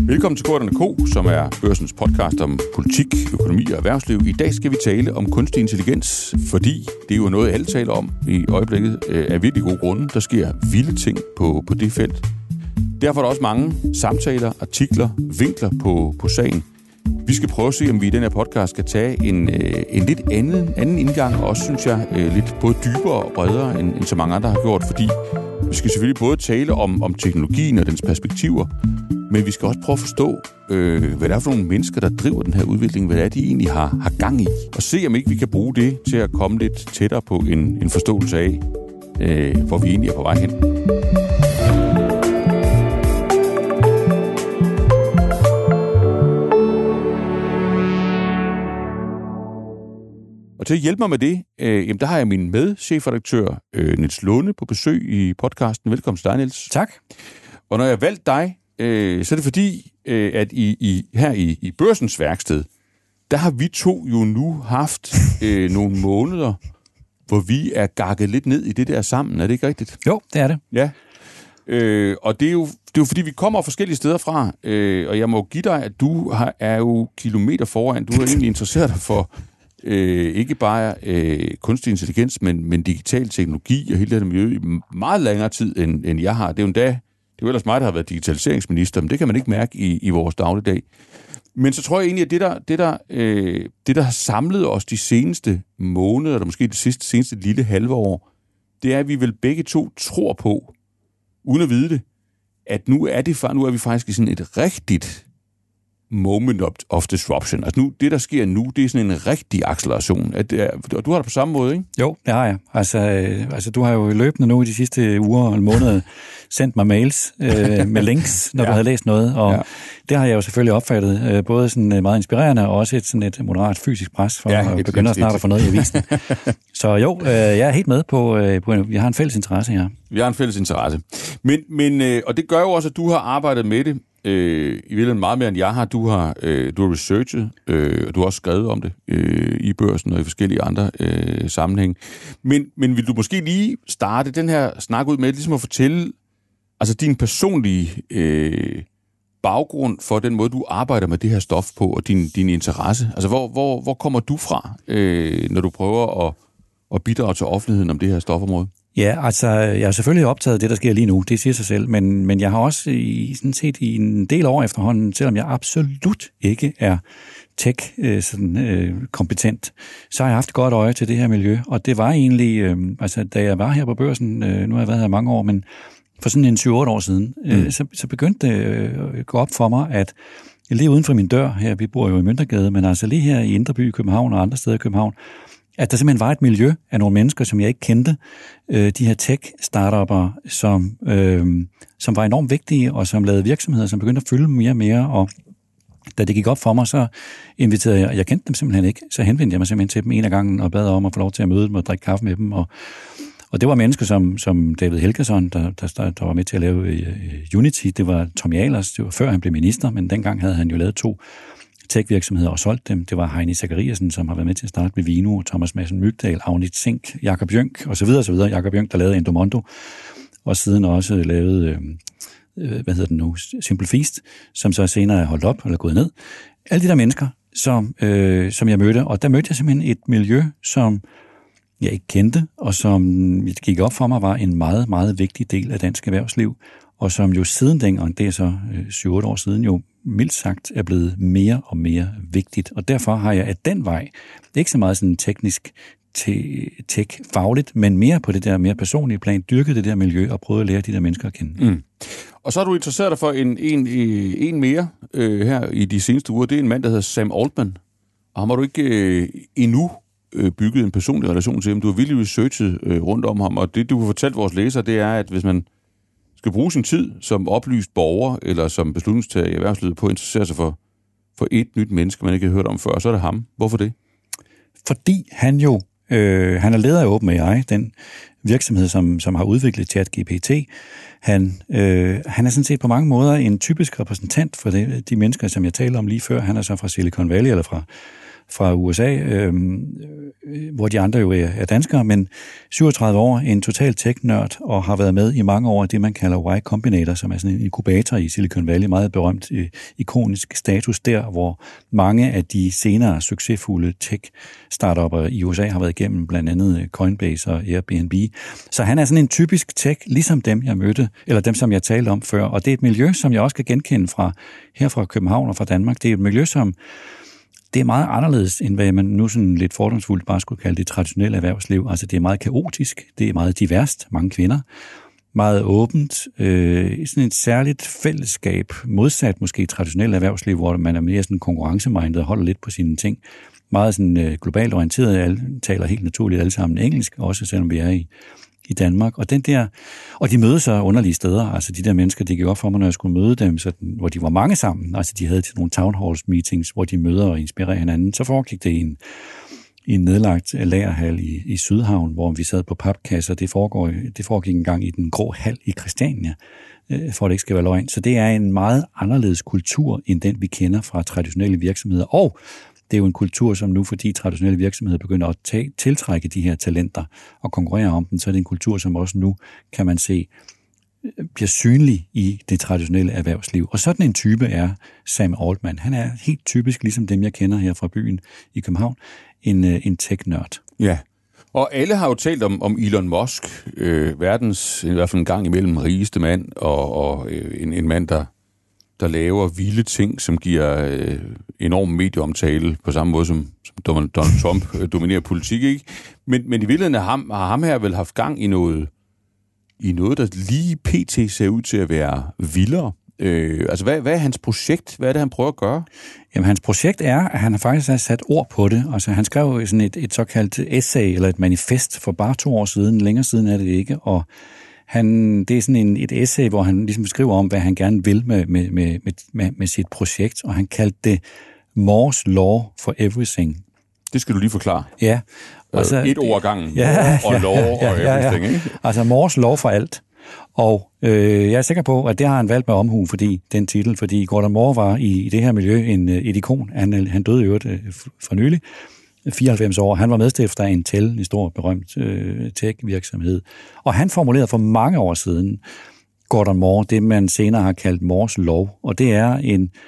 Velkommen til Kortene K, som er Børsens podcast om politik, økonomi og erhvervsliv. I dag skal vi tale om kunstig intelligens, fordi det er jo noget, alle taler om i øjeblikket af virkelig gode grunde. Der sker vilde ting på det felt. Derfor er der også mange samtaler, artikler, vinkler på sagen. Vi skal prøve at se, om vi i den her podcast skal tage en lidt anden indgang, og også, synes jeg, lidt både dybere og bredere, end så mange andre har gjort, fordi vi skal selvfølgelig både tale om teknologien og dens perspektiver, men vi skal også prøve at forstå, hvad det er for nogle mennesker, der driver den her udvikling, hvad det er, de egentlig har gang i, og se, om ikke vi kan bruge det til at komme lidt tættere på en forståelse af, hvor vi egentlig er på vej hen. Og til at hjælpe mig med det, der har jeg min medchefredaktør, Niels Lunde, på besøg i podcasten. Velkommen til dig, Niels. Tak. Og når jeg har valgt dig, så er det fordi, at her i Børsens værksted, der har vi to jo nu haft nogle måneder, hvor vi er gakket lidt ned i det der sammen. Er det ikke rigtigt? Jo, det er det. Ja. Og det er jo fordi, vi kommer forskellige steder fra, og jeg må give dig, at du er jo kilometer foran. Du er egentlig interesseret dig for ikke bare kunstig intelligens, men digital teknologi og hele det her miljø i meget længere tid, end jeg har. Det er jo ellers mig, der har været digitaliseringsminister, men det kan man ikke mærke i vores dagligdag. Men så tror jeg egentlig, at det der har samlet os de seneste måneder, eller måske det seneste lille halve år, det er, at vi vel begge to tror på, uden at vide det, at nu er vi faktisk i sådan et rigtigt moment of disruption. Altså nu, det, der sker nu, det er sådan en rigtig acceleration. Du har det på samme måde, ikke? Jo, det har jeg. Altså du har jo løbende nu i de sidste uger og måneder sendt mig mails med links, når du havde læst noget, og det har jeg jo selvfølgelig opfattet, både sådan meget inspirerende, og også et moderat fysisk pres for at begynde at snart at få noget i avisen. Så jo, jeg er helt med på, vi har en fælles interesse her. Vi har en fælles interesse. Men og det gør jo også, at du har arbejdet med det, i virkeligheden meget mere end jeg har. Du har researchet, og du har også skrevet om det i Børsen og i forskellige andre sammenhæng. Men vil du måske lige starte den her snak ud med, ligesom at fortælle altså din personlige baggrund for den måde, du arbejder med det her stof på, og din interesse. Altså, hvor kommer du fra, når du prøver at bidrage til offentligheden om det her stofområde? Ja, altså, jeg har selvfølgelig optaget det, der sker lige nu, det siger sig selv, men jeg har også i en del år efterhånden, selvom jeg absolut ikke er tech-kompetent, så har jeg haft et godt øje til det her miljø, og det var egentlig, da jeg var her på Børsen, nu har jeg været her mange år, men for sådan en 7-8 år siden, så begyndte det at gå op for mig, at lige uden for min dør her, vi bor jo i Møntergade, men altså lige her i Indre By i København og andre steder i København, at der simpelthen var et miljø af nogle mennesker, som jeg ikke kendte, de her tech-startupper, som var enormt vigtige, og som lavede virksomheder, som begyndte at fylde mere og mere, og da det gik op for mig, så inviterede jeg kendte dem simpelthen ikke, så henvendte jeg mig simpelthen til dem en af gangen, og bad om at få lov til at møde dem og drikke kaffe med dem, og det var mennesker som David Helgason, der var med til at lave Unity, det var Tom Ahlers, det var før han blev minister, men dengang havde han jo lavet 2 tech-virksomheder og solgt dem. Det var Heini Zachariasen, som har været med til at starte med Vino, Thomas Madsen Mygdal, Agnit Zink, Jakob Jønk osv. Jakob Jønk, der lavede Endomondo, og siden også lavede, Simple Feast, som så senere er holdt op eller gået ned. Alle de der mennesker, som jeg mødte, og der mødte jeg simpelthen et miljø, som jeg ikke kendte, og som gik op for mig, var en meget, meget vigtig del af dansk erhvervsliv, og som jo siden dengang, det er så 7-8 år siden, jo mildt sagt er blevet mere og mere vigtigt. Og derfor har jeg af den vej, ikke så meget sådan teknisk tech-fagligt, men mere på det der mere personlige plan, dyrket det der miljø og prøvet at lære de der mennesker at kende. Mm. Og så har du interesseret dig for en mere her i de seneste uger. Det er en mand, der hedder Sam Altman. Og ham har du ikke endnu bygget en personlig relation til ham. Du har virkelig researchet rundt om ham, og det, du har fortalt vores læsere, det er, at hvis man skal bruge sin tid som oplyst borger, eller som beslutningstager i erhvervslivet på at interessere sig for et nyt menneske, man ikke har hørt om før, så er det ham. Hvorfor det? Fordi han jo, han er leder af OpenAI, den virksomhed, som har udviklet ChatGPT. Han er sådan set på mange måder en typisk repræsentant for de mennesker, som jeg talte om lige før. Han er så fra Silicon Valley, eller fra USA, hvor de andre jo er danskere, men 37 år, en total tech-nørd, og har været med i mange år i det, man kalder Y Combinator, som er sådan en inkubator i Silicon Valley, meget berømt ikonisk status der, hvor mange af de senere succesfulde tech-startupper i USA har været igennem, blandt andet Coinbase og Airbnb. Så han er sådan en typisk tech, ligesom dem, jeg mødte, eller dem, som jeg talte om før, og det er et miljø, som jeg også kan genkende her fra København og fra Danmark. Det er et miljø, som det er meget anderledes, end hvad man nu sådan lidt fordomsfuldt bare skulle kalde det traditionelle erhvervsliv. Altså det er meget kaotisk, det er meget diverst, mange kvinder, meget åbent, sådan et særligt fællesskab, modsat måske traditionelt erhvervsliv, hvor man er mere sådan konkurrencemindet og holder lidt på sine ting. Meget sådan globalt orienteret, alle taler helt naturligt alle sammen engelsk, også selvom vi er i Danmark. Og de mødes så underlige steder. Altså de der mennesker, det gik op for mig, når jeg skulle møde dem, hvor de var mange sammen. Altså de havde til nogle town halls meetings, hvor de møder og inspirerer hinanden. Så foregik det i en nedlagt lagerhal i Sydhavn, hvor vi sad på papkasser. Det foregik engang i den grå hal i Christiania, for at det ikke skal være løgn. Så det er en meget anderledes kultur, end den vi kender fra traditionelle virksomheder. Og det er jo en kultur, som nu, fordi traditionelle virksomheder begynder at tiltrække de her talenter og konkurrere om dem, så er det en kultur, som også nu, kan man se, bliver synlig i det traditionelle erhvervsliv. Og sådan en type er Sam Altman. Han er helt typisk, ligesom dem, jeg kender her fra byen i København, en tech-nørd. Ja, og alle har jo talt om Elon Musk, verdens, i hvert fald en gang imellem, rigeste mand, og en mand, der laver vilde ting, som giver enorm medieomtale, på samme måde som Donald Trump dominerer politik, ikke? Men i virkeligheden har ham her vel haft gang i noget, der lige pt. Ser ud til at være vildere. Altså, hvad er hans projekt? Hvad er det, han prøver at gøre? Jamen, hans projekt er, at han har faktisk sat ord på det. Altså, han skrev sådan et såkaldt essay, eller et manifest, for bare 2 år siden. Længere siden er det ikke, og det er sådan et essay, hvor han ligesom beskriver om, hvad han gerne vil med sit projekt, og han kaldte det Moore's Law for Everything. Det skal du lige forklare. Ja. Altså, et ord ad gangen, og law og everything, ikke? Altså Moore's Law for alt. Og jeg er sikker på, at det har han valgt med omhu, fordi Gordon Moore var i det her miljø et ikon. Han døde jo for nylig. 94 år. Han var medstifter af Intel, en stor berømt tech-virksomhed. Og han formulerede for mange år siden, Gordon Moore, det man senere har kaldt Moore's Law. Og det er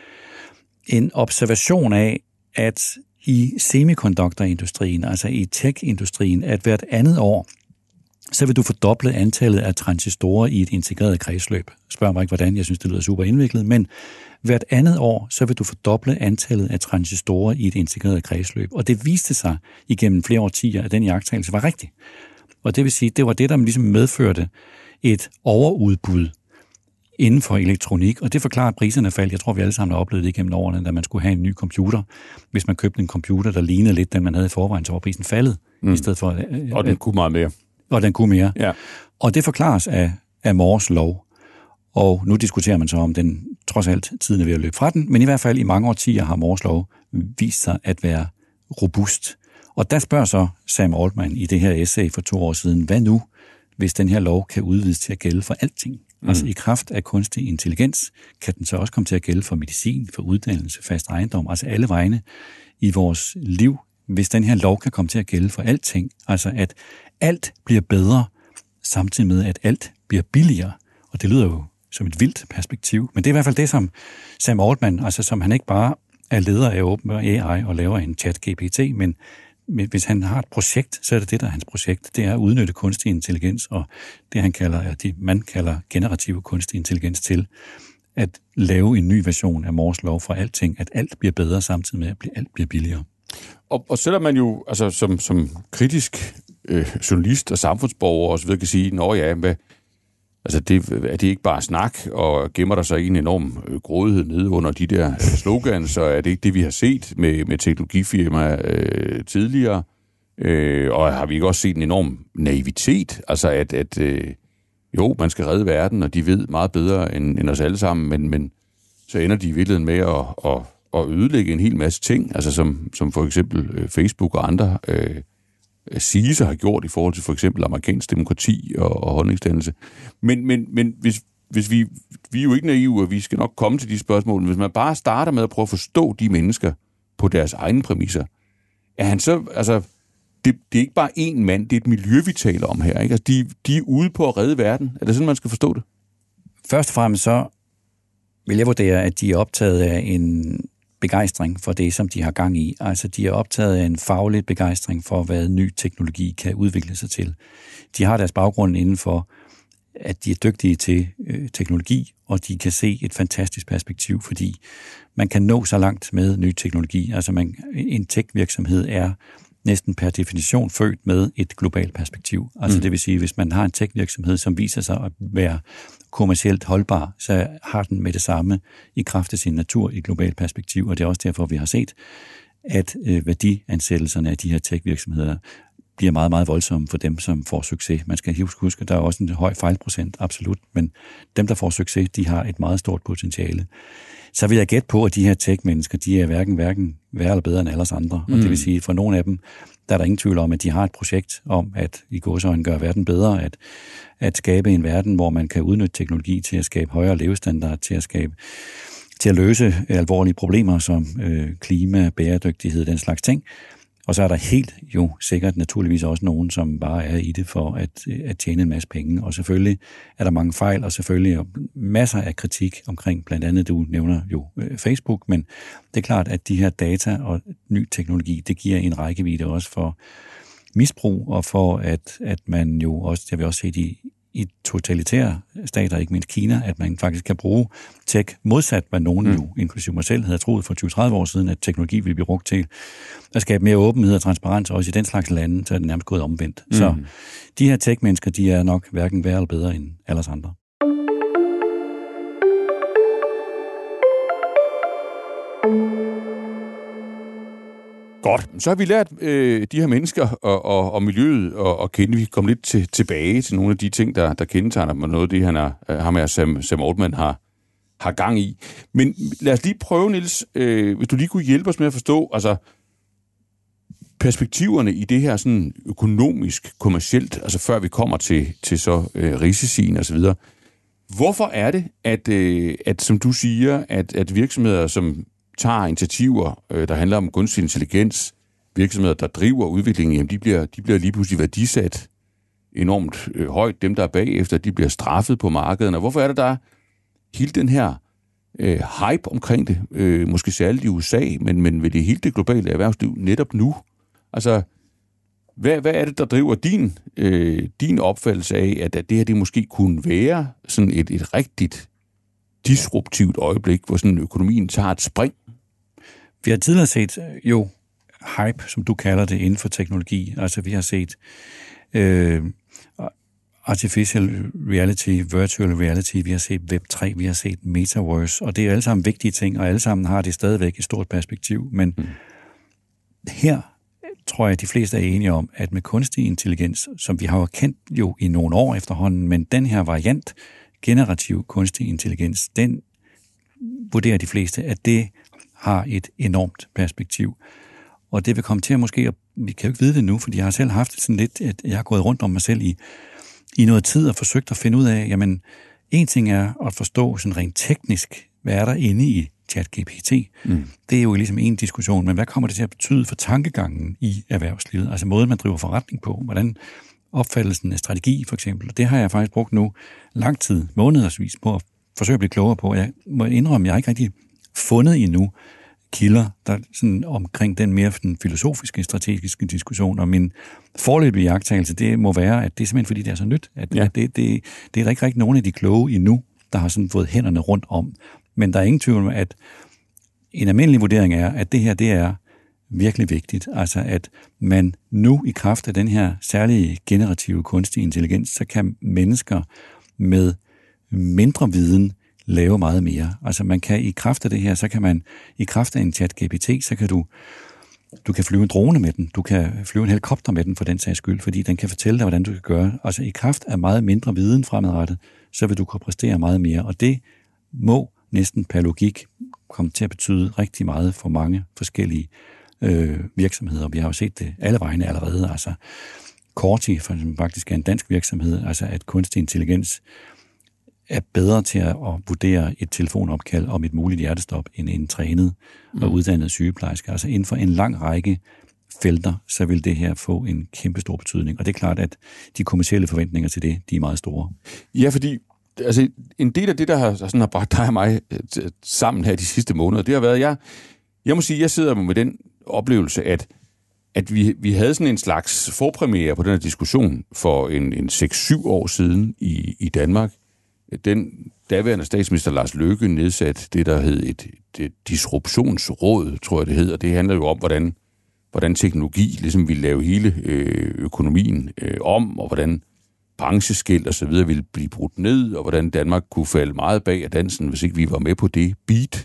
en observation af, at i semiconductor-industrien, altså i tech-industrien, at hvert andet år, så vil du fordoble antallet af transistorer i et integreret kredsløb. Spørg mig ikke, hvordan. Jeg synes, det lyder super indviklet, men hvert andet år, så vil du fordoble antallet af transistorer i et integreret kredsløb. Og det viste sig igennem flere årtier, at den iagttagelse var rigtig. Og det vil sige, det var det, der ligesom medførte et overudbud inden for elektronik, og det forklarer, at priserne faldt. Jeg tror, vi alle sammen har oplevet det igennem årene, da man skulle have en ny computer. Hvis man købte en computer, der lignede lidt den, man havde i forvejen, så var prisen faldet. I stedet for, og den kunne meget mere. Og den kunne mere. Ja. Og det forklares af Moore's Law. Og nu diskuterer man så, om den trods alt tiden er ved at løbe fra den, men i hvert fald i mange årtier har Moore's Law vist sig at være robust. Og der spørger så Sam Altman i det her essay for 2 år siden, hvad nu, hvis den her lov kan udvides til at gælde for alting? Altså i kraft af kunstig intelligens kan den så også komme til at gælde for medicin, for uddannelse, fast ejendom, altså alle vegne i vores liv, hvis den her lov kan komme til at gælde for alting. Altså at alt bliver bedre, samtidig med at alt bliver billigere. Og det lyder jo som et vildt perspektiv, men det er i hvert fald det, som Sam Altman, altså som han ikke bare er leder af OpenAI og laver en chat-GPT, men hvis han har et projekt, så er det der er hans projekt. Det er at udnytte kunstig intelligens, og det man kalder generativ kunstig intelligens til at lave en ny version af Moore's Law for alting, at alt bliver bedre samtidig med, at alt bliver billigere. Og selvom man jo altså, som kritisk journalist og samfundsborger og så videre kan sige, det ikke bare snak, og gemmer der sig en enorm grådighed nede under de der slogans, så er det ikke det, vi har set med teknologifirmaer tidligere. Og har vi ikke også set en enorm naivitet, altså at man skal redde verden, og de ved meget bedre end os alle sammen, men så ender de i virkeligheden med at ødelægge en hel masse ting, altså som for eksempel Facebook og andre sige har gjort i forhold til for eksempel amerikansk demokrati og holdningsdannelse. Men hvis vi er jo ikke naive, og vi skal nok komme til de spørgsmål, hvis man bare starter med at prøve at forstå de mennesker på deres egne præmisser, er han så, altså, det er ikke bare én mand, det er et miljø, vi taler om her, ikke? Altså, de er ude på at redde verden. Er det sådan, man skal forstå det? Først og fremmest så vil jeg vurdere, at de er optaget af en begejstring for det, som de har gang i. Altså, de er optaget af en faglig begejstring for, hvad ny teknologi kan udvikle sig til. De har deres baggrund inden for, at de er dygtige til teknologi, og de kan se et fantastisk perspektiv, fordi man kan nå så langt med ny teknologi. Altså, en tech-virksomhed er næsten per definition født med et globalt perspektiv. Altså det vil sige, hvis man har en tech-virksomhed, som viser sig at være kommercielt holdbar, så har den med det samme i kraft af sin natur i globalt perspektiv, og det er også derfor, vi har set, at værdiansættelserne af de her tech-virksomheder bliver meget, meget voldsomme for dem, som får succes. Man skal huske, at der er også en høj fejlprocent, absolut, men dem, der får succes, de har et meget stort potentiale. Så vil jeg gætte på, at de her tech-mennesker, de er hverken værre eller bedre end alle os andre. Og det vil sige, for nogle af dem, der er der ingen tvivl om, at de har et projekt om at i gåseøjne gøre verden bedre, at skabe en verden, hvor man kan udnytte teknologi til at skabe højere levestandard, til at løse alvorlige problemer som klima, bæredygtighed, den slags ting. Og så er der helt jo sikkert naturligvis også nogen, som bare er i det for at tjene en masse penge. Og selvfølgelig er der mange fejl, og selvfølgelig masser af kritik omkring, blandt andet, du nævner jo Facebook, men det er klart, at de her data og ny teknologi, det giver en rækkevidde også for misbrug, og for at man jo også, det har vi også set i totalitære stater, ikke mindst Kina, at man faktisk kan bruge tech modsat, hvad nogen jo, inklusive mig selv, havde troet for 20-30 år siden, at teknologi ville blive brugt til at skabe mere åbenhed og transparens, også i den slags lande, så er det nærmest gået omvendt. Så de her tech-mennesker, de er nok hverken værre eller bedre end alle os andre. Godt. Så har vi lært de her mennesker og miljøet at kende. Vi kommer lidt tilbage til nogle af de ting, der kendetegner med noget af det, ham her Sam Altman har gang i. Men lad os lige prøve, Niels, hvis du lige kunne hjælpe os med at forstå, altså perspektiverne i det her sådan økonomisk, kommercielt, altså før vi kommer til så risicien og så videre. Hvorfor er det, at som du siger, at virksomheder, som tager initiativer, der handler om kunstig intelligens, virksomheder, der driver udviklingen, jamen de bliver lige pludselig værdisat enormt højt. Dem, der er bagefter, de bliver straffet på markederne. Hvorfor er der hele den her hype omkring det? Måske særligt i USA, men ved det hele det globale erhvervsliv netop nu. Altså, hvad er det, der driver din opfattelse af, at det her det måske kunne være sådan et rigtigt disruptivt øjeblik, hvor sådan økonomien tager et spring? Vi har tidligere set jo hype, som du kalder det, inden for teknologi. Altså vi har set artificial reality, virtual reality, vi har set Web3, vi har set Metaverse, og det er alle sammen vigtige ting, og alle sammen har det stadigvæk et stort perspektiv. Men her tror jeg, at de fleste er enige om, at med kunstig intelligens, som vi har jo kendt jo i nogle år efterhånden, men den her variant, generativ kunstig intelligens, den vurderer de fleste, at det har et enormt perspektiv. Og det vil komme til at måske, og vi kan jo ikke vide det nu, fordi jeg har selv haft sådan lidt, at jeg har gået rundt om mig selv i noget tid og forsøgt at finde ud af, jamen, en ting er at forstå sådan rent teknisk, hvad er der inde i ChatGPT. Det er jo ligesom en diskussion, men hvad kommer det til at betyde for tankegangen i erhvervslivet? Altså måden, man driver forretning på, hvordan opfattelsen af strategi, for eksempel. Det har jeg faktisk brugt nu lang tid, månedersvis, på at forsøge at blive klogere på. Jeg må indrømme, at jeg ikke rigtig fundet endnu kilder, der sådan omkring den mere den filosofiske, strategiske diskussion. Og min foreløbige iagttagelse, det må være, at det er simpelthen fordi, det er så nyt. At det er der ikke rigtig nogen af de kloge endnu, der har sådan fået hænderne rundt om. Men der er ingen tvivl om, at en almindelig vurdering er, at det her, det er virkelig vigtigt. Altså, at man nu i kraft af den her særlige generative kunstig intelligens, så kan mennesker med mindre viden lave meget mere. Altså, man kan i kraft af det her, så kan man i kraft af en ChatGPT, så kan du kan flyve en drone med den, du kan flyve en helikopter med den for den sags skyld, fordi den kan fortælle dig, hvordan du kan gøre. Altså, i kraft af meget mindre viden fremadrettet, så vil du kunne præstere meget mere, og det må næsten per logik komme til at betyde rigtig meget for mange forskellige virksomheder. Vi har jo set det alle vegne allerede. Altså Corti, som faktisk er en dansk virksomhed, altså at kunstig intelligens er bedre til at vurdere et telefonopkald om et muligt hjertestop end en trænet og uddannet sygeplejerske. Altså inden for en lang række felter, så vil det her få en kæmpe stor betydning. Og det er klart, at de kommercielle forventninger til det, de er meget store. Ja, fordi altså, en del af det, der sådan har bragt dig og mig sammen her de sidste måneder, det har været, jeg må sige, jeg sidder med den oplevelse, at vi havde sådan en slags forpremiere på den her diskussion for en 6-7 år siden i Danmark. Den daværende statsminister Lars Løkke nedsatte det, der hed et disruptionsråd, tror jeg det hed, og det handler jo om, hvordan teknologi ligesom ville lave hele økonomien om, og hvordan brancheskel og så videre ville blive brudt ned, og hvordan Danmark kunne falde meget bag af dansen, hvis ikke vi var med på det beat.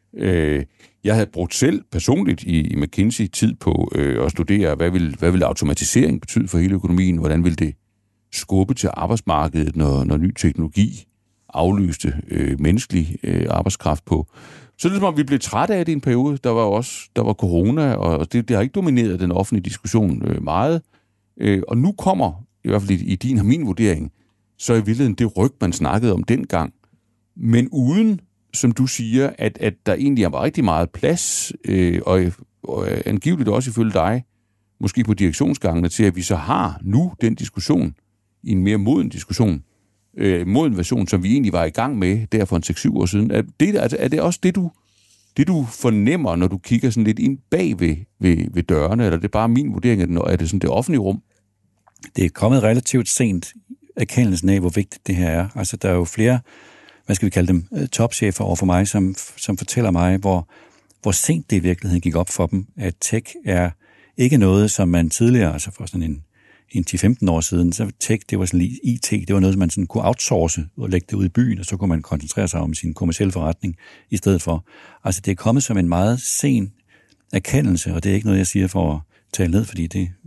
Jeg havde brugt selv personligt i McKinsey tid på at studere, hvad vil automatisering betyde for hele økonomien, hvordan vil det skubbe til arbejdsmarkedet, når ny teknologi afløste menneskelig arbejdskraft på. Så det er som om, vi blev trætte af det i en periode. Der var corona, og det har ikke domineret den offentlige diskussion meget. Og nu kommer, i hvert fald i din og min vurdering, så er i virkeligheden det ryg, man snakkede om dengang. Men uden, som du siger, at der egentlig var rigtig meget plads, og angiveligt også ifølge dig, måske på direktionsgangene, til at vi så har nu den diskussion, i en mere moden diskussion, moden version, som vi egentlig var i gang med der for en 6-7 år siden. Er det også det, du fornemmer, når du kigger sådan lidt ind bag ved dørene, eller er det bare min vurdering, er det sådan det offentlige rum? Det er kommet relativt sent, erkendelsen af, hvor vigtigt det her er. Altså, der er jo flere, hvad skal vi kalde dem, topchefer over for mig, som fortæller mig, hvor sent det i virkeligheden gik op for dem, at tech er ikke noget, som man tidligere, altså for sådan en 10-15 år siden, så tech, det var sådan lige IT, det var noget, som man sådan kunne outsource og lægge det ud i byen, og så kunne man koncentrere sig om sin kommercielle forretning i stedet for. Altså, det er kommet som en meget sen erkendelse, og det er ikke noget, jeg siger for at tale ned, fordi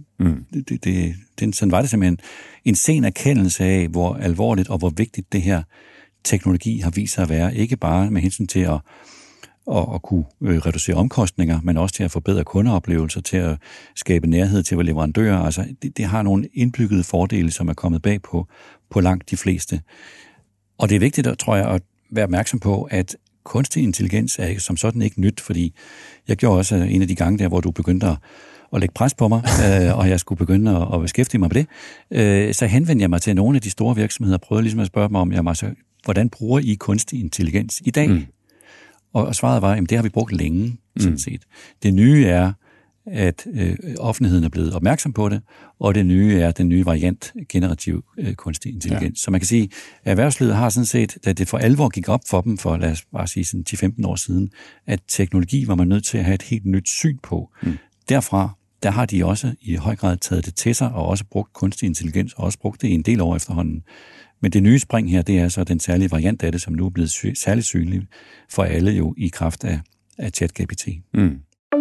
sådan var det simpelthen en sen erkendelse af, hvor alvorligt og hvor vigtigt det her teknologi har vist sig at være, ikke bare med hensyn til at kunne reducere omkostninger, men også til at forbedre kundeoplevelser, til at skabe nærhed til leverandører. Altså, det har nogle indbyggede fordele, som er kommet bag på langt de fleste. Og det er vigtigt, tror jeg, at være opmærksom på, at kunstig intelligens er som sådan ikke nyt, fordi jeg gjorde også en af de gange der, hvor du begyndte at lægge pres på mig, og jeg skulle begynde at beskæftige mig med det, så henvendte jeg mig til nogle af de store virksomheder og prøvede ligesom at spørge mig om, hvordan bruger I kunstig intelligens i dag? Mm. Og svaret var, at det har vi brugt længe, sådan set. Det nye er, at offentligheden er blevet opmærksom på det, og det nye er den nye variant, generativ kunstig intelligens. Ja. Så man kan sige, at erhvervslivet har sådan set, da det for alvor gik op for dem, for lad os bare sige sådan 10-15 år siden, at teknologi var man nødt til at have et helt nyt syn på. Mm. Derfra, der har de også i høj grad taget det til sig, og også brugt kunstig intelligens, og også brugt det i en del år efterhånden. Men det nye spring her, det er så den særlige variant af det, som nu er blevet særligt synlig for alle jo i kraft af ChatGPT. Mm.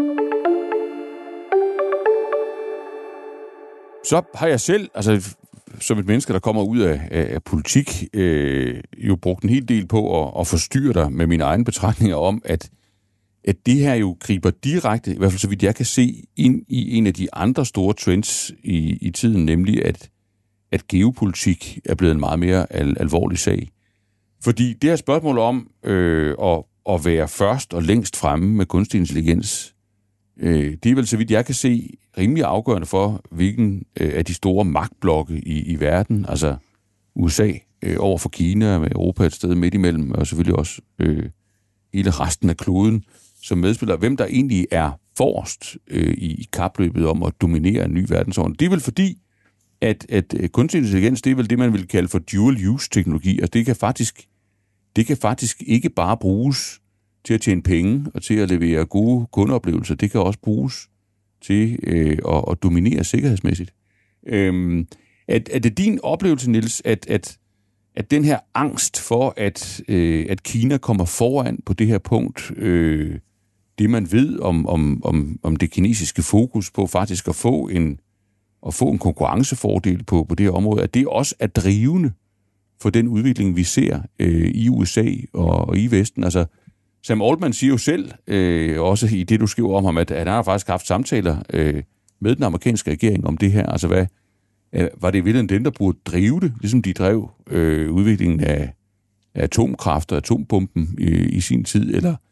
Så har jeg selv, altså som et menneske, der kommer ud af politik, jo brugt en hel del på at forstyrre dig med mine egne betragtninger om, at det her jo griber direkte, i hvert fald så vidt jeg kan se, ind i en af de andre store trends i tiden, nemlig at geopolitik er blevet en meget mere alvorlig sag. Fordi det her spørgsmål om at være først og længst fremme med kunstig intelligens, det er vel, så vidt jeg kan se, rimelig afgørende for, hvilken af de store magtblokke i verden, altså USA over for Kina, med Europa et sted midt imellem, og selvfølgelig også hele resten af kloden, som medspiller, hvem der egentlig er forrest i kapløbet om at dominere en ny verdensorden. Det er vel fordi, at kunstig intelligens, det er vel det, man vil kalde for dual-use-teknologi, og det kan faktisk ikke bare bruges til at tjene penge og til at levere gode kundeoplevelser. Det kan også bruges til at dominere sikkerhedsmæssigt. Er det din oplevelse, Niels, at den her angst for, at Kina kommer foran på det her punkt, det man ved om det kinesiske fokus på faktisk at få en konkurrencefordel på det her område, at det også er drivende for den udvikling, vi ser i USA og i Vesten. Altså, Sam Altman siger jo selv, også i det, du skriver om ham, at han har faktisk haft samtaler med den amerikanske regering om det her. Altså, var det virkelig den, der burde drive det, ligesom de drev udviklingen af atomkraft og atombomben i sin tid, eller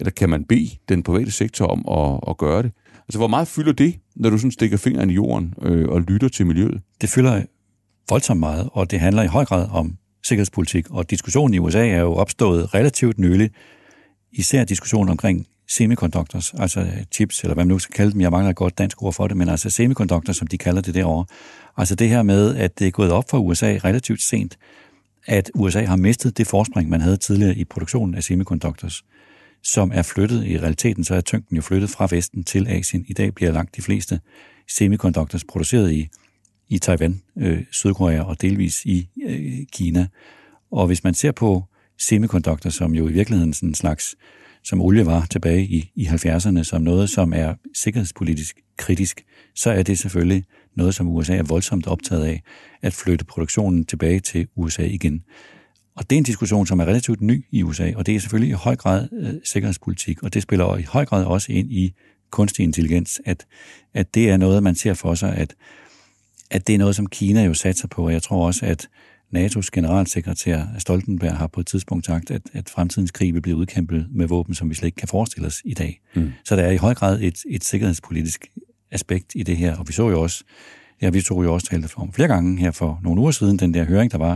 eller kan man bede den private sektor om at gøre det? Altså, hvor meget fylder det, når du sådan stikker fingeren i jorden og lytter til miljøet? Det fylder voldsomt meget, og det handler i høj grad om sikkerhedspolitik, og diskussionen i USA er jo opstået relativt nyligt, især diskussionen omkring semiconductors, altså chips, eller hvad man nu skal kalde dem, jeg mangler et godt dansk ord for det, men altså semiconductors, som de kalder det derovre. Altså det her med, at det er gået op for USA relativt sent, at USA har mistet det forspring, man havde tidligere i produktionen af semiconductors, som er flyttet, i realiteten så er tyngden jo flyttet fra Vesten til Asien. I dag bliver langt de fleste semiconductors produceret i Taiwan, Sydkorea og delvis i Kina. Og hvis man ser på semiconductor, som jo i virkeligheden sådan en slags, som olie var tilbage i 70'erne, som noget, som er sikkerhedspolitisk kritisk, så er det selvfølgelig noget, som USA er voldsomt optaget af, at flytte produktionen tilbage til USA igen. Og det er en diskussion, som er relativt ny i USA, og det er selvfølgelig i høj grad sikkerhedspolitik, og det spiller i høj grad også ind i kunstig intelligens, at det er noget, man ser for sig, at det er noget, som Kina jo satser på, og jeg tror også, at NATO's generalsekretær Stoltenberg har på et tidspunkt sagt, at fremtidens krig vil blive udkæmpet med våben, som vi slet ikke kan forestille os i dag. Så der er i høj grad et sikkerhedspolitisk aspekt i det her, og vi så jo også, vi tog jo også talt om flere gange her for nogle uger siden, den der høring, der var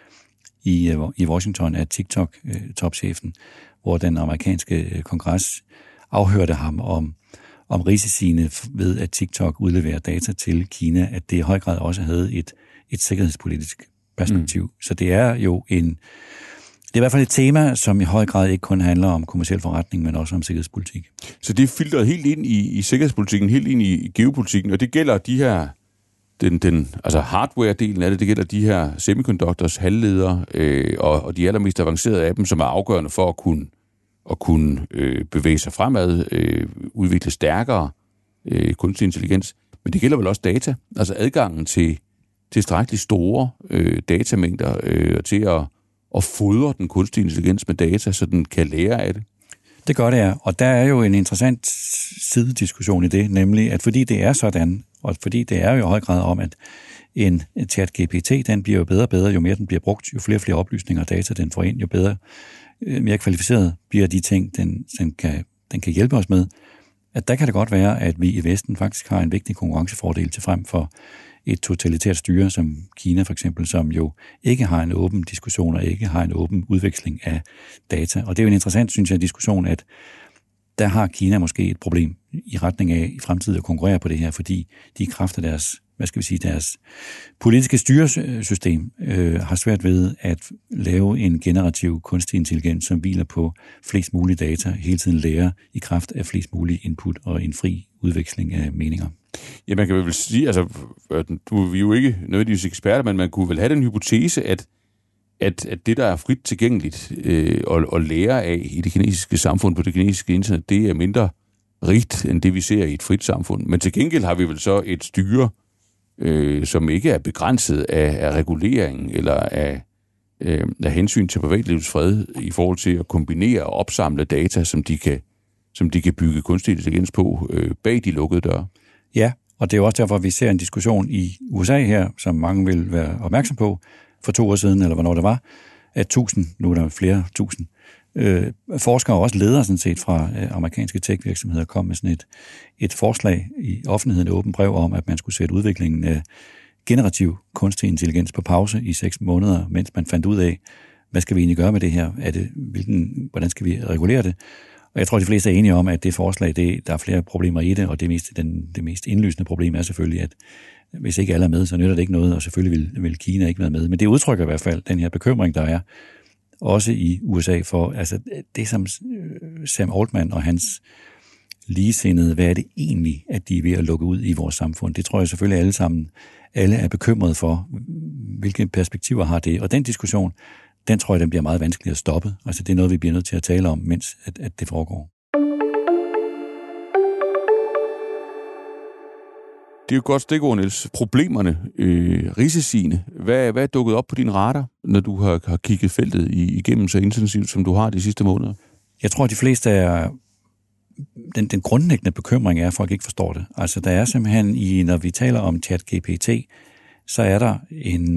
i Washington af TikTok-topchefen, hvor den amerikanske kongres afhørte ham om risiciene ved, at TikTok udleverer data til Kina, at det i høj grad også havde et sikkerhedspolitisk perspektiv. Så det er jo det er i hvert fald et tema, som i høj grad ikke kun handler om kommerciel forretning, men også om sikkerhedspolitik. Så det er filtret helt ind i sikkerhedspolitikken, helt ind i geopolitikken, og det gælder de her, altså hardware-delen af det gælder de her semiconductors, halvledere, og de allermest avancerede af dem, som er afgørende for at kunne bevæge sig fremad, udvikle stærkere kunstig intelligens. Men det gælder vel også data, altså adgangen til tilstrækkeligt store datamængder til at fodre den kunstige intelligens med data, så den kan lære af det. Det gør det, ja. Og der er jo en interessant sidediskussion i det, nemlig at fordi det er sådan, og fordi det er jo i høj grad om, at en ChatGPT, den bliver jo bedre og bedre, jo mere den bliver brugt, jo flere og flere oplysninger og data den får ind, jo bedre, mere kvalificeret bliver de ting, den kan hjælpe os med. At der kan det godt være, at vi i Vesten faktisk har en vigtig konkurrencefordel til frem for et totalitært styre som Kina for eksempel, som jo ikke har en åben diskussion og ikke har en åben udveksling af data. Og det er jo en interessant, synes jeg, diskussion, at der har Kina måske et problem i retning af i fremtiden at konkurrere på det her, fordi de i kraft af deres politiske styresystem har svært ved at lave en generativ kunstig intelligens, som hviler på flest mulige data, hele tiden lærer i kraft af flest mulige input og en fri udveksling af meninger. Ja, man kan vel sige, altså, vi er jo ikke nødvendigvis eksperter, men man kunne vel have den hypotese, at det, der er frit tilgængeligt og lære af i det kinesiske samfund på det kinesiske internet, det er mindre rigt end det, vi ser i et frit samfund. Men til gengæld har vi vel så et styre, som ikke er begrænset af regulering eller af hensyn til privatlivets fred i forhold til at kombinere og opsamle data, som de kan bygge kunstig intelligens på bag de lukkede døre. Ja, og det er jo også derfor, vi ser en diskussion i USA her, som mange vil være opmærksom på, for 2 år siden, eller hvornår det var, at 1000, nu er der flere tusind, forskere og også ledere sådan set fra amerikanske tech-virksomheder kom med sådan et forslag i offentligheden, et åbent brev om, at man skulle sætte udviklingen af generativ kunstig intelligens på pause i 6 måneder, mens man fandt ud af, hvad skal vi egentlig gøre med det her? Hvordan skal vi regulere det? Og jeg tror, de fleste er enige om, at det forslag, der er flere problemer i det, og det mest indlysende problem er selvfølgelig, at hvis ikke alle er med, så nytter det ikke noget, og selvfølgelig vil Kina ikke være med. Men det udtrykker i hvert fald den her bekymring, der er, også i USA for, altså det som Sam Altman og hans ligesindede, hvad er det egentlig, at de er ved at lukke ud i vores samfund? Det tror jeg selvfølgelig alle er bekymrede for, hvilke perspektiver har det. Og den diskussion, den tror jeg, den bliver meget vanskelig at stoppe. Altså det er noget, vi bliver nødt til at tale om, mens at det foregår. Det er jo et godt stikord, Niels. Problemerne, risiciene. Hvad er dukket op på din radar, når du har kigget feltet igennem så intensivt, som du har de sidste måneder? Jeg tror, de fleste er... Den grundlæggende bekymring er, at folk ikke forstår det. Altså, der er simpelthen, når vi taler om ChatGPT, så er der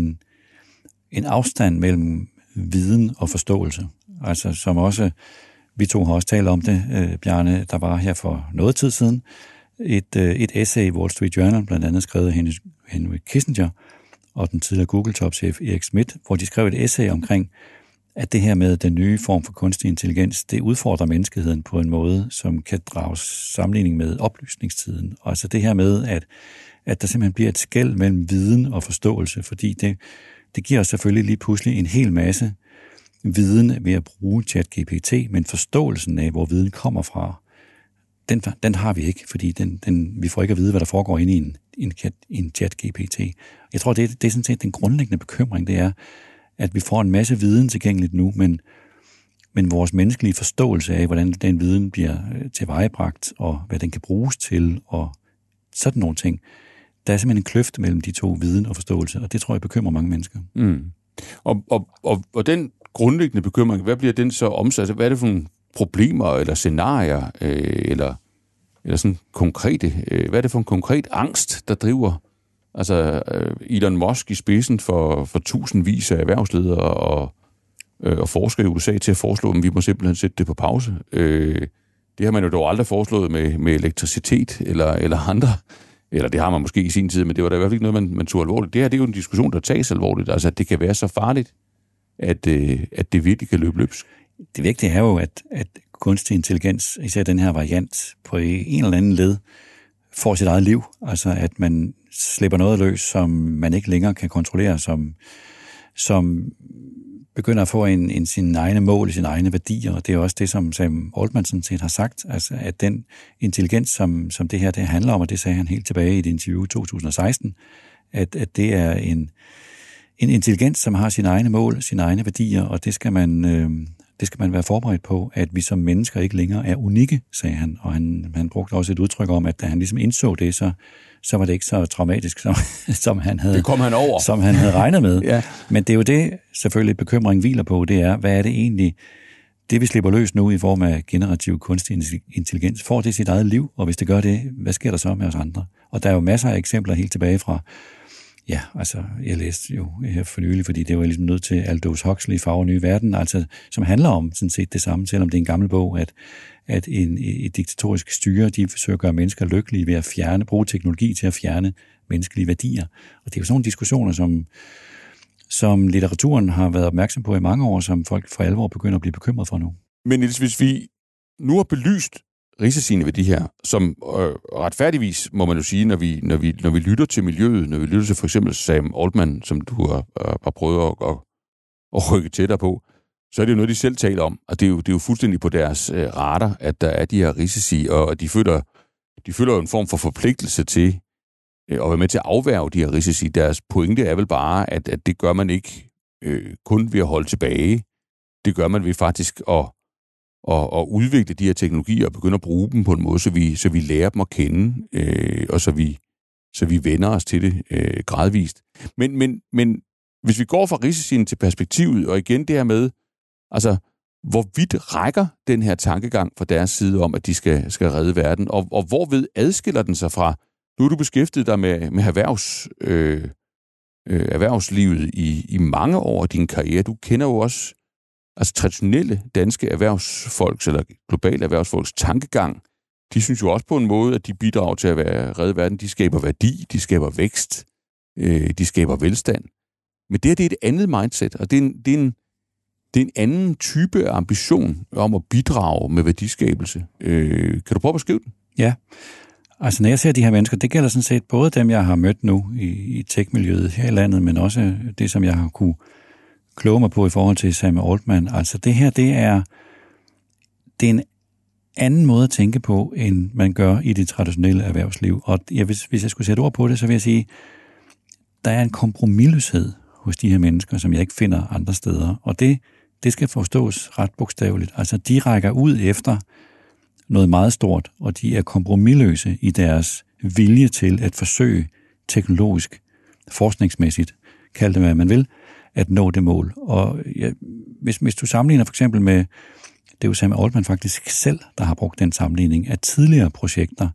en afstand mellem viden og forståelse. Altså, som også Vi to har også talt om det, Bjarne, der var her for noget tid siden. Et essay i Wall Street Journal, blandt andet skrevet af Henry Kissinger og den tidligere Google-topchef Erik Schmidt, hvor de skrev et essay omkring, at det her med den nye form for kunstig intelligens, det udfordrer menneskeheden på en måde, som kan drages sammenligning med oplysningstiden. Og altså det her med, at der simpelthen bliver et skel mellem viden og forståelse, fordi det giver os selvfølgelig lige pludselig en hel masse viden ved at bruge ChatGPT, men forståelsen af, hvor viden kommer fra, den har vi ikke, fordi vi får ikke at vide, hvad der foregår inde i en ChatGPT. Jeg tror, det er sådan set den grundlæggende bekymring, det er, at vi får en masse viden tilgængeligt nu, men vores menneskelige forståelse af, hvordan den viden bliver tilvejebragt, og hvad den kan bruges til, og sådan nogle ting, der er simpelthen en kløft mellem de to, viden og forståelse, og det tror jeg bekymrer mange mennesker. Mm. Og den grundlæggende bekymring, hvad bliver den så omsat? Hvad er det for nogle problemer, eller scenarier, eller sådan konkrete, hvad er det for en konkret angst, der driver Elon Musk i spidsen for tusindvis af erhvervsledere og forskere i USA til at foreslå, at vi må simpelthen sætte det på pause. Det har man jo dog aldrig foreslået med elektricitet eller andre, eller det har man måske i sin tid, men det var da i hvert fald ikke noget, man tog alvorligt. Det her, det er jo en diskussion, der tages alvorligt, altså at det kan være så farligt, at det virkelig kan løbe løbsk. Det vigtige er jo, at kunstig intelligens, især den her variant, på en eller anden led, får sit eget liv. Altså at man slipper noget løs, som man ikke længere kan kontrollere, som begynder at få sine egne mål, sine egne værdier. Og det er også det, som Sam Altman sådan set har sagt, altså at den intelligens, som det her det handler om, og det sagde han helt tilbage i et interview i 2016, at det er en intelligens, som har sine egne mål, sine egne værdier, og det skal man være forberedt på, at vi som mennesker ikke længere er unikke, sagde han. Og han brugte også et udtryk om, at da han ligesom indså det, så var det ikke så traumatisk, som han havde, det kom han over. Som han havde regnet med. Ja. Men det er jo det, selvfølgelig bekymringen hviler på, det er, hvad er det egentlig, det vi slipper løs nu i form af generativ kunstig intelligens, får det sit eget liv, og hvis det gør det, hvad sker der så med os andre? Og der er jo masser af eksempler helt tilbage fra, ja, altså, jeg læste jo her for nylig, fordi det var ligesom nødt til Aldous Huxley, Farver nye verden, altså, som handler om sådan set det samme, selvom det er en gammel bog, at et diktatorisk styre, de forsøger at gøre mennesker lykkelige ved at bruge teknologi til at fjerne menneskelige værdier. Og det er jo sådan nogle diskussioner, som litteraturen har været opmærksom på i mange år, som folk for alvor begynder at blive bekymret for nu. Men Niels, hvis vi nu har belyst risiciene ved de her, som retfærdigvis, må man jo sige, når vi lytter til miljøet, når vi lytter til for eksempel Sam Altman, som du har prøvet at rykke tættere på, så er det jo noget, de selv taler om. Og det er jo fuldstændig på deres radar, at der er de her risici, og de føler jo en form for forpligtelse til at være med til at afværge de her risici. Deres pointe er vel bare, at det gør man ikke kun ved at holde tilbage. Det gør man ved faktisk at udvikle de her teknologier og begynde at bruge dem på en måde, så vi lærer dem at kende, og så vi vender os til det gradvist. Men hvis vi går fra risicien til perspektivet, og igen det her med, altså, hvor vidt rækker den her tankegang fra deres side om, at de skal redde verden, og hvorved adskiller den sig fra, nu er du beskæftiget dig med erhvervslivet i mange år af din karriere. Du kender jo også traditionelle danske erhvervsfolks eller globale erhvervsfolks tankegang. De synes jo også på en måde, at de bidrager til at redde verden. De skaber værdi, de skaber vækst, de skaber velstand. Men det her, det er et andet mindset, og det er en anden type ambition om at bidrage med værdiskabelse. Kan du prøve at beskrive den? Ja, altså når jeg ser de her mennesker, det gælder sådan set både dem, jeg har mødt nu i tech-miljøet her i landet, men også det, som jeg har kunne kloge mig på i forhold til Sam Altman. Altså det her, det er en anden måde at tænke på, end man gør i det traditionelle erhvervsliv. Og hvis jeg skulle sætte ord på det, så vil jeg sige, der er en kompromisløshed hos de her mennesker, som jeg ikke finder andre steder. Og det skal forstås ret bogstaveligt. Altså de rækker ud efter noget meget stort, og de er kompromisløse i deres vilje til at forsøge teknologisk, forskningsmæssigt, kald det hvad man vil, at nå det mål. Og hvis du sammenligner for eksempel med, det er jo Sam Altman faktisk selv, der har brugt den sammenligning af tidligere projekter,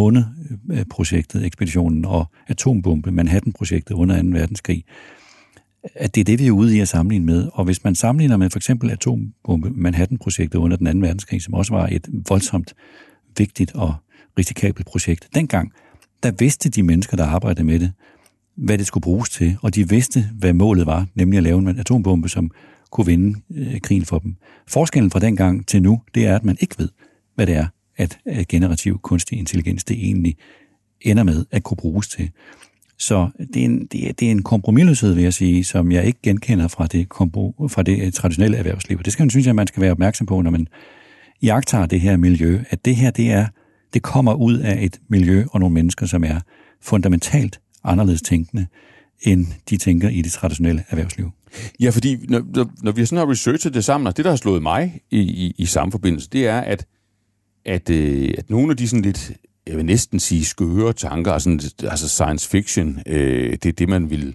måneprojektet, ekspeditionen og atombombe, Manhattan-projektet under 2. verdenskrig. at det er det, vi er ude i at sammenligne med. Og hvis man sammenligner med for eksempel atombombe Manhattan-projektet under den 2. verdenskrig, som også var et voldsomt vigtigt og risikabelt projekt. Dengang, der vidste de mennesker, der arbejdede med det, hvad det skulle bruges til, og de vidste, hvad målet var, nemlig at lave en atombombe, som kunne vinde krigen for dem. Forskellen fra dengang til nu, det er, at man ikke ved, hvad det er, at generativ kunstig intelligens, det egentlig ender med at kunne bruges til. Så det er en kompromisløshed, vil jeg sige, som jeg ikke genkender fra det traditionelle erhvervsliv. Det synes jeg, man skal være opmærksom på, når man iagttager det her miljø, at det her, det kommer ud af et miljø og nogle mennesker, som er fundamentalt anderledes tænkende, end de tænker i det traditionelle erhvervsliv. Ja, fordi når vi sådan har researchet det sammen, og det, der har slået mig i samme forbindelse, det er, at nogle af de sådan lidt, jeg vil næsten sige skøre tanker, altså science fiction, det er det, man vil...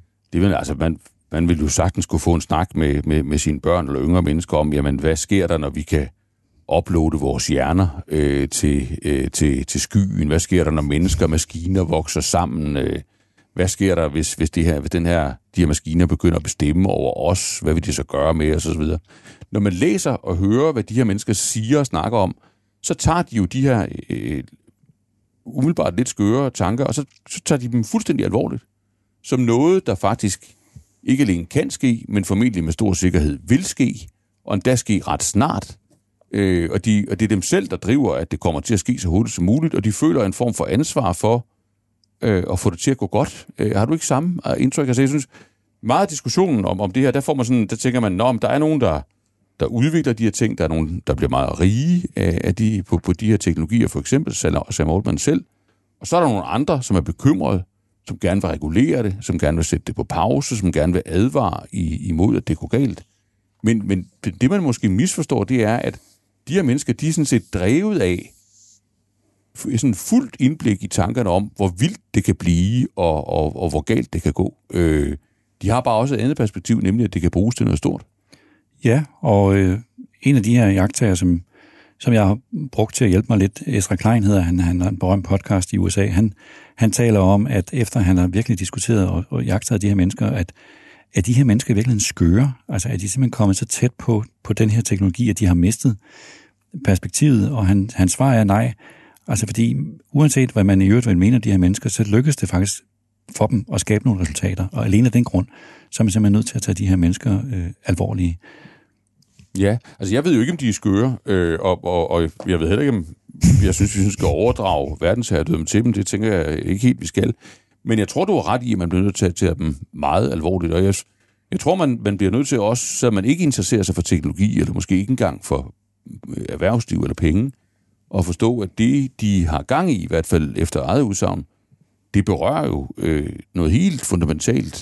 Man vil jo sagtens kunne få en snak med sine børn eller yngre mennesker om, jamen, hvad sker der, når vi kan uploade vores hjerner til skyen? Hvad sker der, når mennesker og maskiner vokser sammen? Hvad sker der, hvis de her maskiner begynder at bestemme over os? Hvad vil de så gøre med os? Og så videre. Når man læser og hører, hvad de her mennesker siger og snakker om, så tager de jo de her umiddelbart lidt skøre tanker, og så tager de dem fuldstændig alvorligt. Som noget, der faktisk ikke alene kan ske, men formentlig med stor sikkerhed vil ske, og endda ske ret snart. Og det er dem selv, der driver, at det kommer til at ske så hurtigt som muligt, og de føler en form for ansvar for at få det til at gå godt. Har du ikke samme indtryk? Altså, jeg synes, meget af diskussionen om det her, der tænker man, der er nogen, der udvikler de her ting, der er nogen, der bliver meget rige på de her teknologier, for eksempel Sam Altman selv, og så er der nogle andre, som er bekymrede, som gerne vil regulere det, som gerne vil sætte det på pause, som gerne vil advare imod, at det går galt. Men det, man måske misforstår, det er, at de her mennesker, de er sådan set drevet af sådan fuldt indblik i tankerne om, hvor vildt det kan blive, og hvor galt det kan gå. De har bare også et andet perspektiv, nemlig at det kan bruges til noget stort. Ja, og en af de her iagttager, som jeg har brugt til at hjælpe mig lidt, Ezra Klein hedder han har en berømt podcast i USA, han taler om, at efter han har virkelig diskuteret og iagttaget de her mennesker, at de her mennesker i virkeligheden skøre, altså at de simpelthen kommet så tæt på den her teknologi, at de har mistet perspektivet, og hans svar er nej. Altså fordi uanset hvad man i øvrigt vil mene af de her mennesker, så lykkes det faktisk for dem at skabe nogle resultater, og alene af den grund, så er man simpelthen nødt til at tage de her mennesker alvorlige. Ja, altså jeg ved jo ikke, om de er skøre, og jeg ved heller ikke, om jeg synes, vi skal overdrage verdensherredømmen til dem. Det tænker jeg ikke helt, vi skal. Men jeg tror, du har ret i, at man bliver nødt til at tage dem meget alvorligt, og jeg tror, man bliver nødt til også, så man ikke interesserer sig for teknologi, eller måske ikke engang for erhvervsliv eller penge, og forstå, at det, de har gang i hvert fald efter eget udsagn, det berører jo noget helt fundamentalt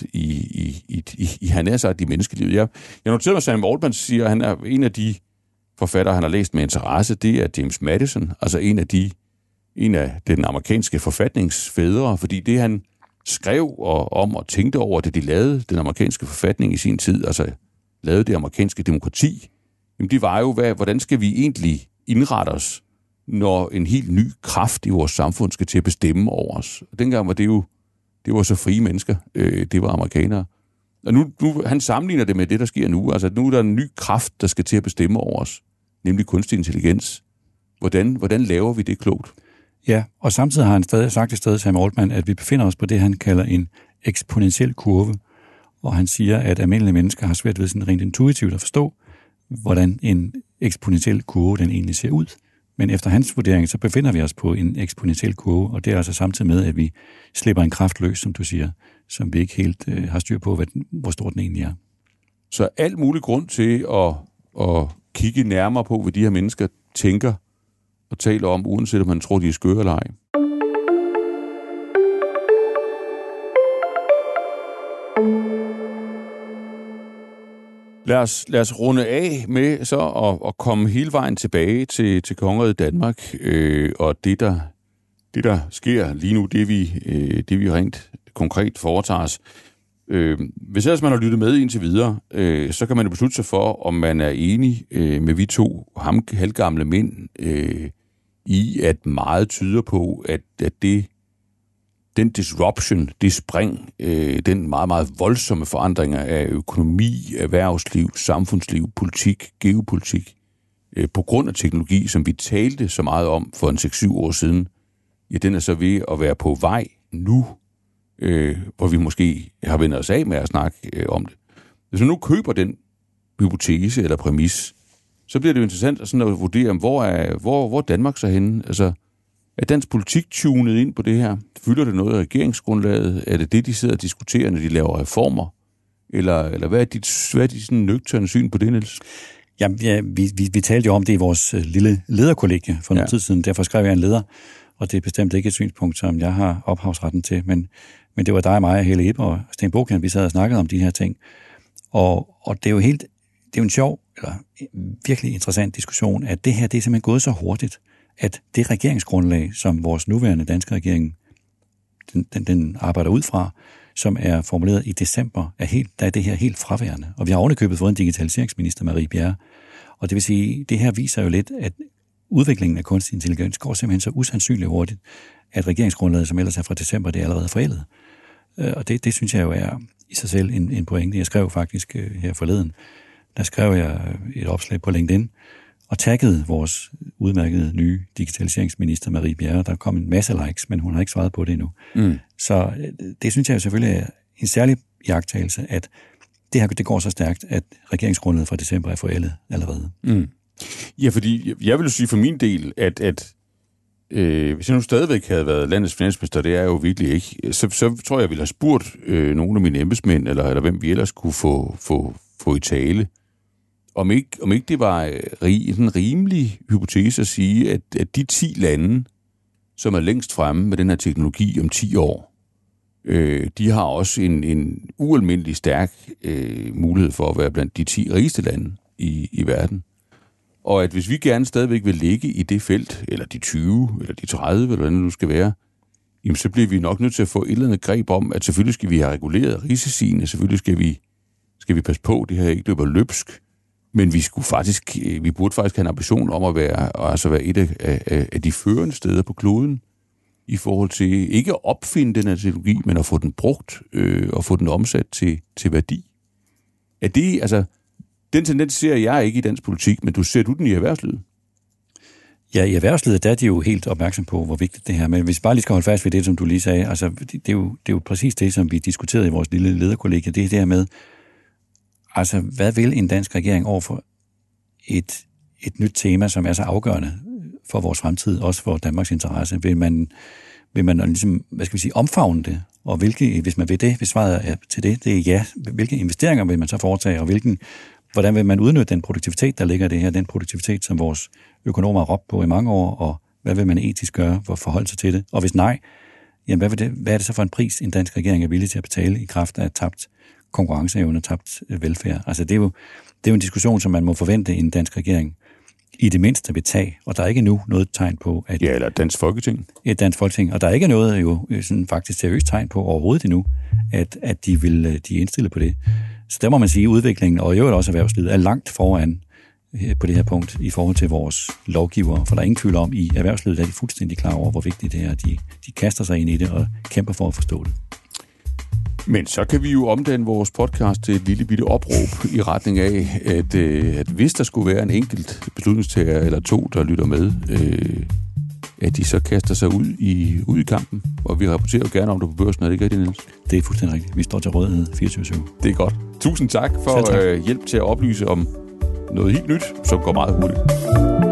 i han er sagt, i menneskelivet. Jeg noterede mig, at Sam Altman siger, at han er en af de forfattere, han har læst med interesse, det er James Madison, altså en af den amerikanske forfatningsfædre, fordi det, han skrev om og tænkte over, det de lavede den amerikanske forfatning i sin tid, altså lavede det amerikanske demokrati, jamen det var jo, hvordan skal vi egentlig indrette os, når en helt ny kraft i vores samfund skal til at bestemme over os. Og dengang var det var så frie mennesker, det var amerikanere. Og nu han sammenligner det med det, der sker nu. Altså nu er der en ny kraft, der skal til at bestemme over os, nemlig kunstig intelligens. Hvordan laver vi det klogt? Ja, og samtidig har han stadig sagt i stedet, Sam Altman, at vi befinder os på det, han kalder en eksponentiel kurve. Og han siger, at almindelige mennesker har svært ved sådan rent intuitivt at forstå, hvordan en eksponentiel kurve den egentlig ser ud. Men efter hans vurdering, så befinder vi os på en eksponentiel kurve, og det er altså samtidig med, at vi slipper en kraft løs, som du siger, som vi ikke helt har styr på, hvor stor den egentlig er. Så alt mulig grund til at kigge nærmere på, hvad de her mennesker tænker og taler om, uanset om man tror, de er skøre eller ej. Lad os runde af med så at komme hele vejen tilbage til kongeriget Danmark, og det der sker lige nu, det vi rent konkret foretager os. Hvis ellers man har lyttet med indtil videre, så kan man jo beslutte sig for, om man er enig med vi to halvgamle mænd i, at meget tyder på, at det den disruption, det spring, den meget, meget voldsomme forandringer af økonomi, erhvervsliv, samfundsliv, politik, geopolitik, på grund af teknologi, som vi talte så meget om for en 6-7 år siden, ja, den er så ved at være på vej nu, hvor vi måske har vendt os af med at snakke om det. Hvis man nu køber den hypotese eller præmis, så bliver det jo interessant at vurdere, hvor Danmark så henne. Altså, er dansk politik tunet ind på det her? Fylder det noget af regeringsgrundlaget? Er det, de sidder og diskuterer, når de laver reformer? Eller hvad er dit sådan nøgterne syn på det, Niels? Ja, vi talte jo om det i vores lille lederkollegie for noget tid siden. Derfor skrev jeg en leder, og det er bestemt ikke et synspunkt, som jeg har ophavsretten til. Men det var dig og mig og Helle Ip og Sten Boken, vi sad og snakkede om de her ting. Og det er jo en sjov, eller virkelig interessant diskussion, at det her, det er simpelthen gået så hurtigt, at det regeringsgrundlag, som vores nuværende danske regering, den arbejder ud fra, som er formuleret i december, der er det her helt fraværende. Og vi har ovenikøbet fået en digitaliseringsminister, Marie Bjerre. Og det vil sige, det her viser jo lidt, at udviklingen af kunstig intelligens går simpelthen så usandsynligt hurtigt, at regeringsgrundlaget, som ellers er fra december, det er allerede forældet. Og det synes jeg jo er i sig selv en pointe. Jeg skrev faktisk her forleden, der skrev jeg et opslag på LinkedIn, og taggede vores udmærkede nye digitaliseringsminister Marie Bjerre. Der kom en masse likes, men hun har ikke svaret på det endnu. Så det synes jeg jo selvfølgelig er en særlig iagttagelse, at det går så stærkt, at regeringsgrundlaget fra december er forældet allerede. Ja, fordi jeg vil jo sige for min del, at hvis jeg nu stadigvæk havde været landets finansminister, det er jeg jo virkelig ikke, så tror jeg, jeg ville have spurgt nogle af mine embedsmænd, eller hvem vi ellers kunne få i tale, om ikke det var en rimelig hypotese at sige, at de 10 lande, som er længst fremme med den her teknologi om 10 år, de har også en ualmindelig stærk mulighed for at være blandt de 10 rigeste lande i verden. Og at hvis vi gerne stadigvæk vil ligge i det felt, eller de 20, eller de 30, eller hvad det nu skal være, jamen så bliver vi nok nødt til at få et eller andet greb om, at selvfølgelig skal vi have reguleret risiciene, selvfølgelig skal vi passe på, det her ikke løber løbsk, men vi burde faktisk have en ambition om at være et af de førende steder på kloden, i forhold til ikke at opfinde den her teknologi, men at få den brugt og få den omsat til værdi. Er det, altså, den tendens ser jeg ikke i dansk politik, men ser du den i erhvervslivet? Ja, i erhvervslivet, der er de jo helt opmærksom på, hvor vigtigt det her. Men hvis vi bare lige skal holde fast ved det, som du lige sagde, altså, det er jo præcis det, som vi diskuterede i vores lille lederkollegie, det er det her med, altså, hvad vil en dansk regering overfor et nyt tema, som er så afgørende for vores fremtid, også for Danmarks interesse? Vil man ligesom, omfavne det? Og hvis man vil det, hvis svaret er til det er ja, hvilke investeringer vil man så foretage, og hvordan vil man udnytte den produktivitet, der ligger i det her, den produktivitet, som vores økonomer har råbt på i mange år, og hvad vil man etisk gøre for at forholde sig til det? Og hvis nej, jamen hvad er det så for en pris, en dansk regering er villig til at betale i kraft af tabt konkurrenceevne og tabt velfærd? Altså det er jo en diskussion, som man må forvente en dansk regering i det mindste vil tage, og der er ikke nu noget tegn på, at... Ja, eller et dansk folketing. Et dansk folketing, og der er ikke noget jo sådan faktisk seriøst tegn på overhovedet endnu, at de er indstillet på det. Så der må man sige, at udviklingen, og i øvrigt også erhvervslivet, er langt foran på det her punkt i forhold til vores lovgivere, for der er ingen tvivl om, i erhvervslivet er de fuldstændig klar over, hvor vigtigt det er. De kaster sig ind i det og kæmper for at forstå det. Men så kan vi jo omdanne vores podcast til et lille bitte opråb i retning af, at hvis der skulle være en enkelt beslutningstager eller 2, der lytter med, at de så kaster sig ud i kampen. Og vi rapporterer jo gerne om det på Børsen, er det ikke rigtigt, Niels? Det er fuldstændig rigtigt. Vi står til rådighed 24/7. Det er godt. Tusind tak for hjælp til at oplyse om noget helt nyt, som går meget hurtigt.